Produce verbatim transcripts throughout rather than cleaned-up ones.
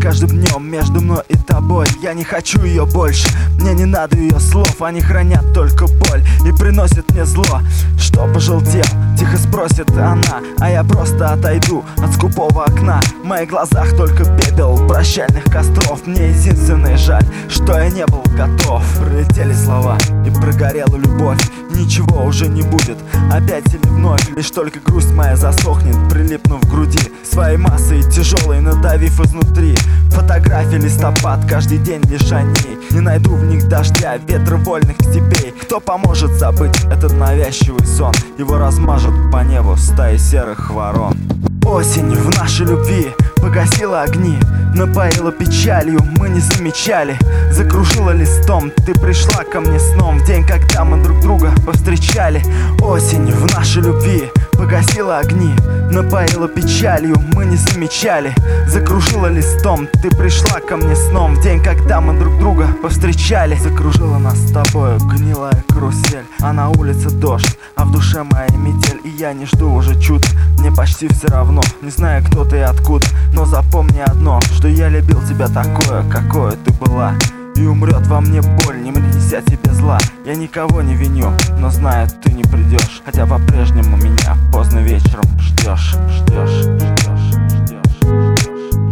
каждым днем между мной и тобой. Я не хочу ее больше, мне не надо ее слов. Они хранят только боль и приносят мне зло. Что пожелтел? Тихо спросит она, а я просто отойду от скупого окна. В моих глазах только пепел прощальных костров. Мне единственное жаль, что я не был готов. Пролетели слова и прогорела любовь. Ничего уже не будет, опять или вновь. Лишь только грусть моя засохнет, прилипнув к груди своей массой тяжелой, надавив изнутри. Фотографии, листопад, каждый день лишь они. Не найду в них дождя, ветра вольных степей. Кто поможет забыть этот навязчивый сон? Его размажут по небу стаи серых ворон. Осень в нашей любви погасила огни, напоила печалью, мы не замечали. Закружила листом, ты пришла ко мне сном в день, когда мы друг друга повстречали. Осень в нашей любви погасила огни, напоила печалью, мы не замечали. Закружила листом, ты пришла ко мне сном в день, когда мы друг друга повстречали. Закружила нас с тобою гнилая карусель, а на улице дождь, а в душе моя метель. И я не жду уже чуда, мне почти все равно, не знаю, кто ты и откуда. Но запомни одно, что я любил тебя такое, какое ты была. И умрет во мне боль, не принеся тебе зла. Я никого не виню, но знаю, ты не придешь. Хотя по-прежнему меня поздно вечером ждешь, ждешь, ждешь, ждешь, ждешь.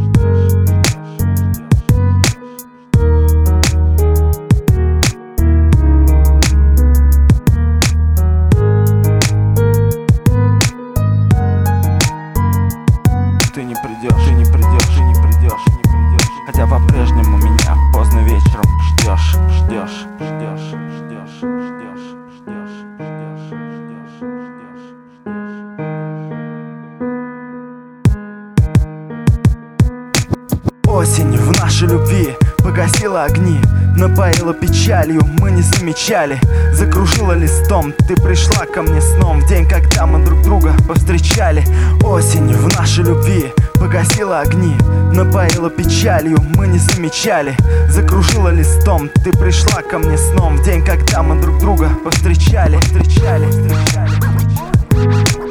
Ты не придешь, ты не придешь, ты не придешь, не придешь. Хотя по-прежнему меня поздно вечером ждешь, ждешь, ждешь, ждешь, ждешь, ждешь, ждешь, ждешь. Осень в нашей любви погасила огни, напоила печалью, мы не замечали. Закружила листом, ты пришла ко мне сном в день, когда мы друг друга повстречали. Осень в нашей любви погасила огни, напоила печалью, мы не замечали. Закружила листом, ты пришла ко мне сном в день, когда мы друг друга повстречали, встречали, встречали, встречали.